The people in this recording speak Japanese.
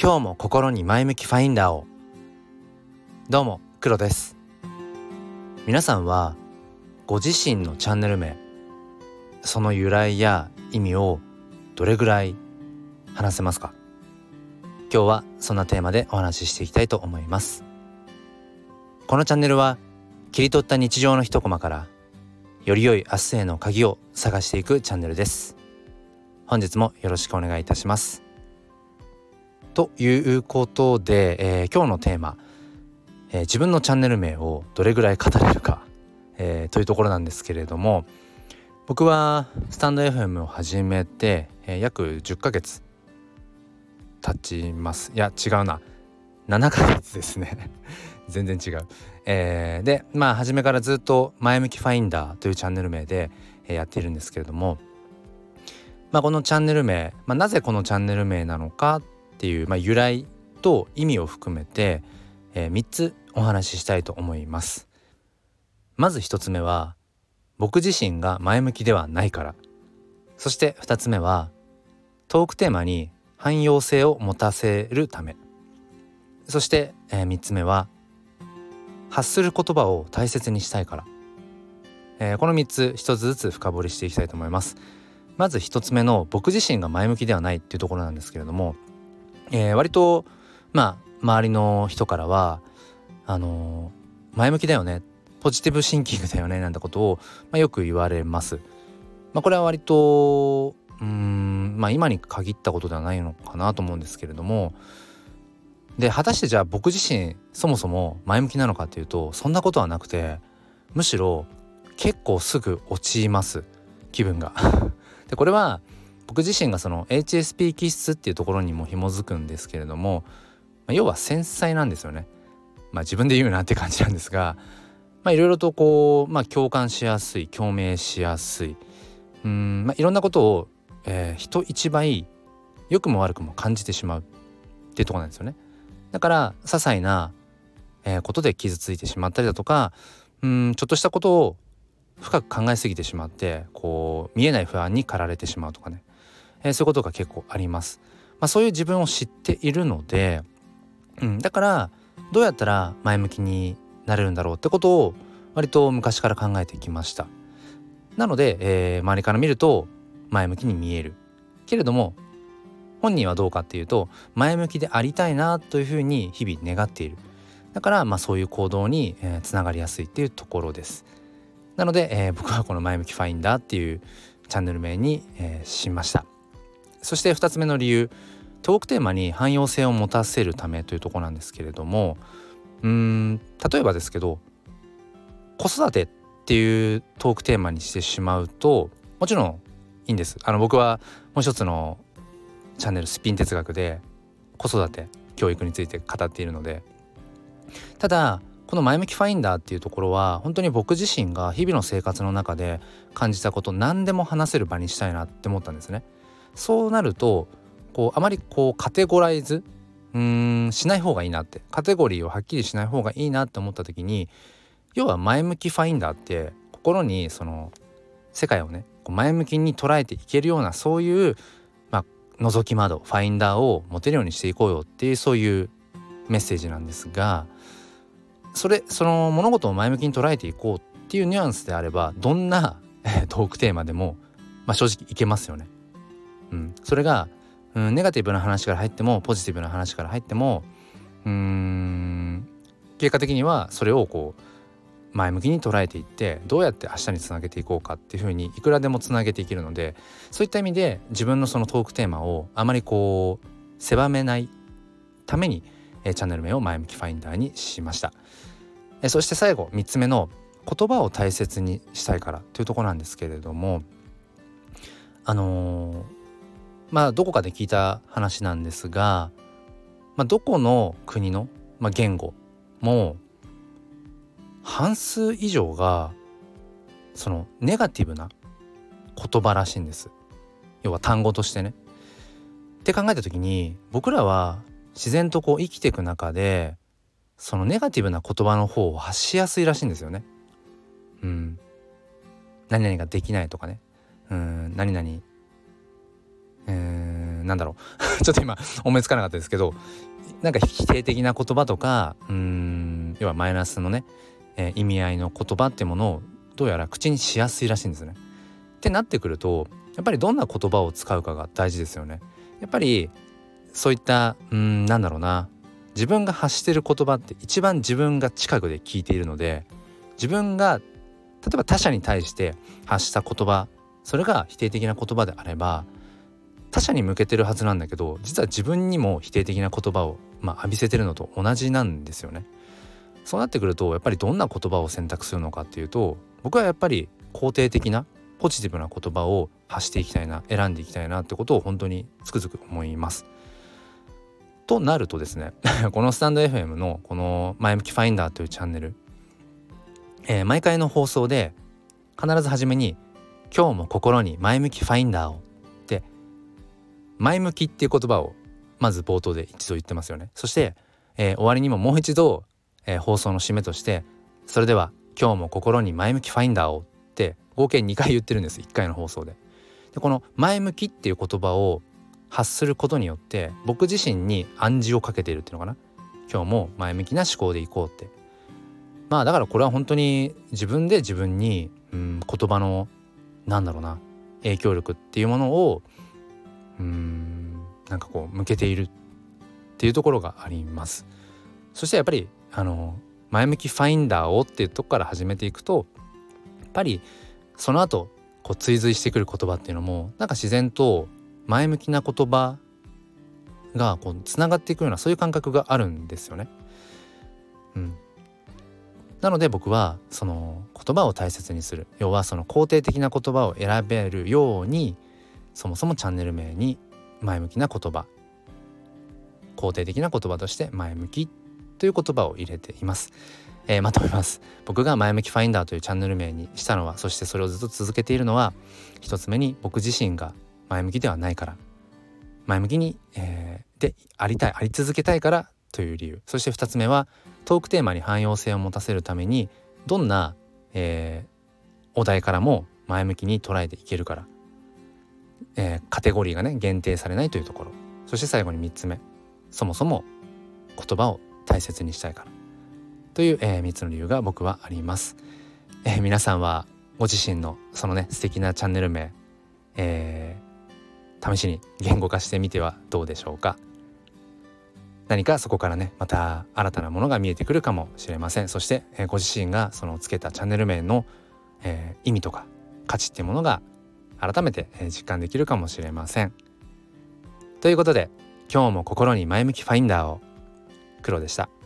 今日も心に前向きファインダーを。どうも黒です。皆さんはご自身のチャンネル名、その由来や意味をどれぐらい話せますか？今日はそんなテーマでお話ししていきたいと思います。このチャンネルは切り取った日常の一コマからより良い明日への鍵を探していくチャンネルです。本日もよろしくお願いいたします。ということで、今日のテーマ、自分のチャンネル名をどれぐらい語れるか、というところなんですけれども、僕はスタンド FM を始めて、約10ヶ月経ちます。いや違うな、7ヶ月ですね全然違う。で初めからずっと前向きファインダーというチャンネル名で、やっているんですけれども、このチャンネル名、なぜこのチャンネル名なのかっていう、由来と意味を含めて、3つお話ししたいと思います。まず1つ目は僕自身が前向きではないから。そして2つ目はトークテーマに汎用性を持たせるため。そして、3つ目は発する言葉を大切にしたいから。この3つ1つずつ深掘りしていきたいと思います。まず1つ目の僕自身が前向きではないっていうところなんですけれども、割と周りの人からは前向きだよね、ポジティブシンキングだよねなんてことを、よく言われます。これは割と今に限ったことではないのかなと思うんですけれども、で果たしてじゃあ僕自身そもそも前向きなのかっていうと、そんなことはなくて、むしろ結構すぐ落ちます、気分がでこれは僕自身がその HSP 気質っていうところにも紐づくんですけれども、要は繊細なんですよね。自分で言うなって感じなんですが、いろいろと共感しやすい、共鳴しやすい、いろんなことを、人一倍良くも悪くも感じてしまうっていうところなんですよね。だから些細な、ことで傷ついてしまったりだとか、ちょっとしたことを深く考えすぎてしまって見えない不安に駆られてしまうとかね、そういうことが結構あります。そういう自分を知っているので、だからどうやったら前向きになれるんだろうってことを割と昔から考えてきました。なので、周りから見ると前向きに見えるけれども、本人はどうかっていうと前向きでありたいなというふうに日々願っている。だからそういう行動に、つながりやすいっていうところです。なので、僕はこの前向きファインダーっていうチャンネル名に、しました。そして2つ目の理由、トークテーマに汎用性を持たせるためというところなんですけれども、例えばですけど、子育てっていうトークテーマにしてしまうともちろんいいんです。僕はもう一つのチャンネルスピン哲学で子育て教育について語っているので、ただこの前向きファインダーっていうところは本当に僕自身が日々の生活の中で感じたこと、何でも話せる場にしたいなって思ったんですね。そうなるとあまりカテゴライズしない方がいいなって、カテゴリーをはっきりしない方がいいなって思った時に、要は前向きファインダーって心にその世界をね前向きに捉えていけるような、そういう覗き窓、ファインダーを持てるようにしていこうよっていう、そういうメッセージなんですが、その物事を前向きに捉えていこうっていうニュアンスであれば、どんなトークテーマでも、正直いけますよね。それがネガティブな話から入ってもポジティブな話から入っても、結果的にはそれを前向きに捉えていって、どうやって明日につなげていこうかっていう風にいくらでもつなげていけるので、そういった意味で自分のそのトークテーマをあまり狭めないために、チャンネル名を前向きファインダーにしました。そして最後3つ目の言葉を大切にしたいからというところなんですけれども、どこかで聞いた話なんですが、どこの国の、言語も半数以上がそのネガティブな言葉らしいんです。要は単語としてね。って考えた時に、僕らは自然と生きていく中でそのネガティブな言葉の方を発しやすいらしいんですよね。何々ができないとかね、何々 なんだろうちょっと今思いつかなかったですけど、なんか否定的な言葉とか要はマイナスのね、意味合いの言葉っていうものをどうやら口にしやすいらしいんですね。ってなってくるとやっぱりどんな言葉を使うかが大事ですよね。やっぱりそういったなんだろうな、自分が発している言葉って一番自分が近くで聞いているので、自分が例えば他者に対して発した言葉、それが否定的な言葉であれば他者に向けてるはずなんだけど、実は自分にも否定的な言葉を浴びせてるのと同じなんですよね。そうなってくるとやっぱりどんな言葉を選択するのかっていうと、僕はやっぱり肯定的なポジティブな言葉を発していきたいな、選んでいきたいなってことを本当につくづく思います。となるとですねこのスタンド FM のこの前向きファインダーというチャンネル、毎回の放送で必ず初めに今日も心に前向きファインダーをって前向きっていう言葉をまず冒頭で一度言ってますよね。そして、終わりにももう一度、放送の締めとしてそれでは今日も心に前向きファインダーをって合計2回言ってるんです、1回の放送で。でこの前向きっていう言葉を発することによって僕自身に暗示をかけているっていうのかな。今日も前向きな思考でいこうって。だからこれは本当に自分で自分に言葉のなんだろうな、影響力っていうものをなんかこう向けているっていうところがあります。そしてやっぱり前向きファインダーをっていうとこから始めていくと、やっぱりその後こう追随してくる言葉っていうのもなんか自然と前向きな言葉がこうつながっていくような、そういう感覚があるんですよね。なので僕はその言葉を大切にする、要はその肯定的な言葉を選べるように、そもそもチャンネル名に前向きな言葉、肯定的な言葉として前向きという言葉を入れています。まとめます。僕が前向きファインダーというチャンネル名にしたのは、そしてそれをずっと続けているのは、一つ目に僕自身が前向きではないから、前向きに、であり続けたいからという理由。そして二つ目はトークテーマに汎用性を持たせるためにどんな、お題からも前向きに捉えていけるから、カテゴリーがね限定されないというところ。そして最後に3つ目、そもそも言葉を大切にしたいからという、3つの理由が僕はあります。皆さんはご自身のそのね素敵なチャンネル名、試しに言語化してみてはどうでしょうか。何かそこからねまた新たなものが見えてくるかもしれません。そして、ご自身がそのつけたチャンネル名の、意味とか価値っていうものが改めて、実感できるかもしれません。ということで今日も心に前向きファインダーを、黒でした。